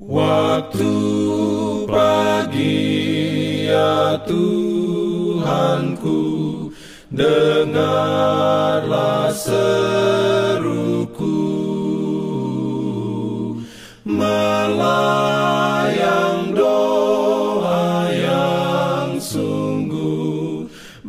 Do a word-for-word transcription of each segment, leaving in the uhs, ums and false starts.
Waktu pagi ya Tuhanku, dengarlah seruku, melayang doa yang sungguh,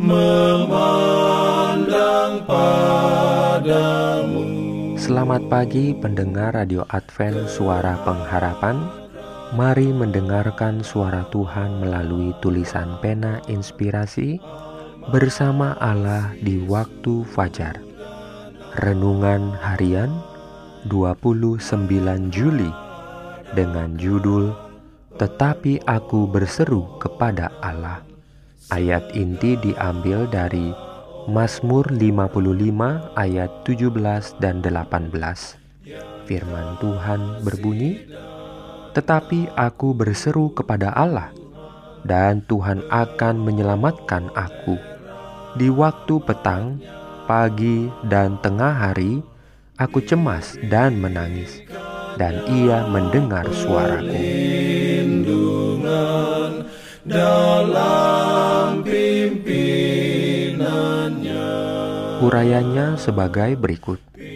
memandang padamu. Selamat pagi pendengar Radio Advent Suara Pengharapan. Mari mendengarkan suara Tuhan melalui tulisan pena inspirasi bersama Allah di waktu fajar. Renungan harian dua puluh sembilan Juli dengan judul Tetapi Aku Berseru Kepada Allah. Ayat inti diambil dari Mazmur lima puluh lima ayat tujuh belas dan delapan belas. Firman Tuhan berbunyi, "Tetapi aku berseru kepada Allah, dan Tuhan akan menyelamatkan aku. Di waktu petang, pagi, dan tengah hari, aku cemas dan menangis, dan Ia mendengar suaraku." Dalam pimpinannya. Urayanya sebagai berikut.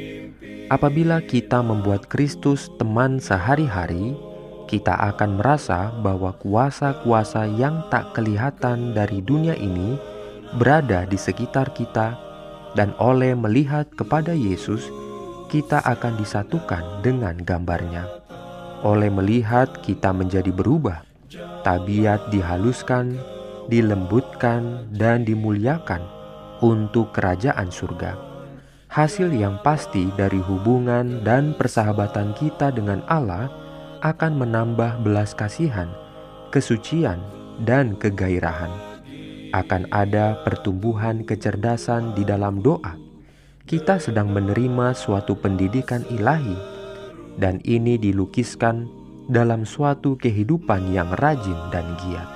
Apabila kita membuat Kristus teman sehari-hari, kita akan merasa bahwa kuasa-kuasa yang tak kelihatan dari dunia ini berada di sekitar kita, dan oleh melihat kepada Yesus, kita akan disatukan dengan gambarnya. Oleh melihat kita menjadi berubah, tabiat dihaluskan, dilembutkan, dan dimuliakan untuk kerajaan surga. Hasil yang pasti dari hubungan dan persahabatan kita dengan Allah akan menambah belas kasihan, kesucian, dan kegairahan. Akan ada pertumbuhan kecerdasan di dalam doa. Kita sedang menerima suatu pendidikan ilahi, dan ini dilukiskan dalam suatu kehidupan yang rajin dan giat.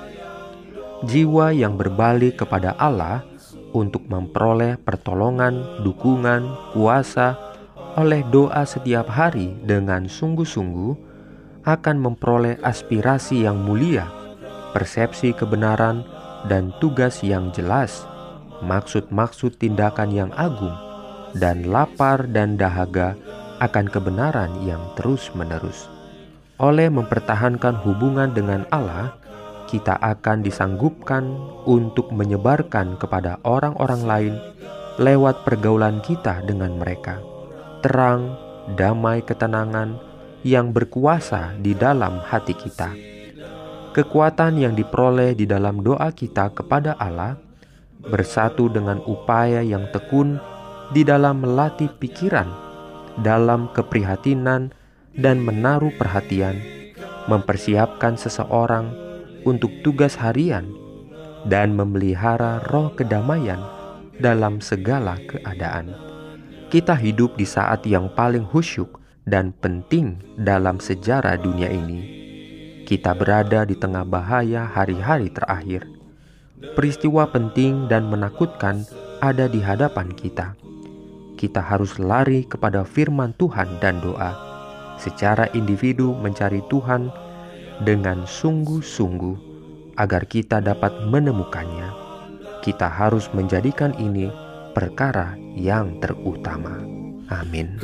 Jiwa yang berbalik kepada Allah untuk memperoleh pertolongan, dukungan, kuasa oleh doa setiap hari dengan sungguh-sungguh akan memperoleh aspirasi yang mulia, persepsi kebenaran, dan tugas yang jelas, maksud-maksud tindakan yang agung, dan lapar dan dahaga akan kebenaran yang terus-menerus. Oleh mempertahankan hubungan dengan Allah, kita akan disanggupkan untuk menyebarkan kepada orang-orang lain lewat pergaulan kita dengan mereka terang, damai, ketenangan yang berkuasa di dalam hati kita. Kekuatan yang diperoleh di dalam doa kita kepada Allah bersatu dengan upaya yang tekun di dalam melatih pikiran, dalam keprihatinan, dan menaruh perhatian, mempersiapkan seseorang untuk tugas harian, dan memelihara roh kedamaian dalam segala keadaan. Kita hidup di saat yang paling khusyuk dan penting dalam sejarah dunia ini. Kita berada di tengah bahaya hari-hari terakhir. Peristiwa penting dan menakutkan ada di hadapan kita. Kita harus lari kepada firman Tuhan dan doa. Secara individu mencari Tuhan dengan sungguh-sungguh agar kita dapat menemukannya. Kita harus menjadikan ini perkara yang terutama. Amin.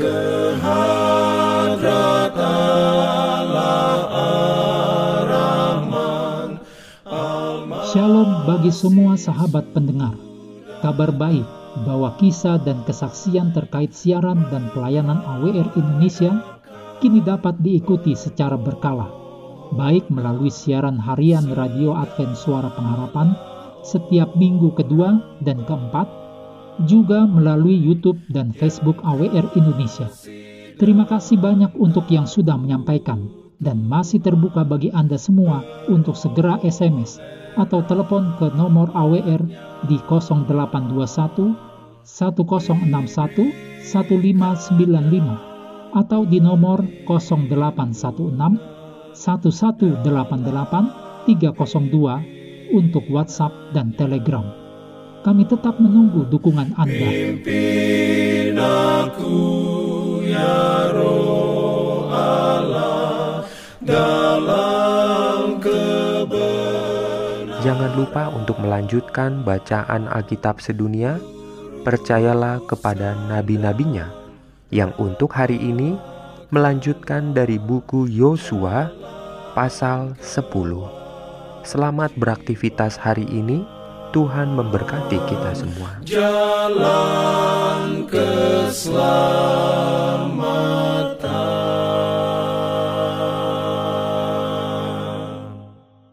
Shalom bagi semua sahabat pendengar. Kabar baik bahwa kisah dan kesaksian terkait siaran dan pelayanan A W R Indonesia kini dapat diikuti secara berkala, baik melalui siaran harian Radio Advent Suara Pengharapan setiap minggu kedua dan keempat, juga melalui YouTube dan Facebook A W R Indonesia. Terima kasih banyak untuk yang sudah menyampaikan, dan masih terbuka bagi Anda semua untuk segera S M S atau telepon ke nomor A W R di nol delapan dua satu, satu nol enam satu, satu lima sembilan lima atau di nomor nol delapan satu enam, satu satu delapan delapan, tiga nol dua untuk WhatsApp dan Telegram. Kami tetap menunggu dukungan Anda. Pimpin aku ya Roh Allah, dalam kebenaran. Jangan lupa untuk melanjutkan bacaan Alkitab sedunia. Percayalah kepada nabi-nabinya yang untuk hari ini melanjutkan dari buku Yosua pasal sepuluh. Selamat beraktivitas hari ini. Tuhan memberkati kita semua. Jalan keselamatan.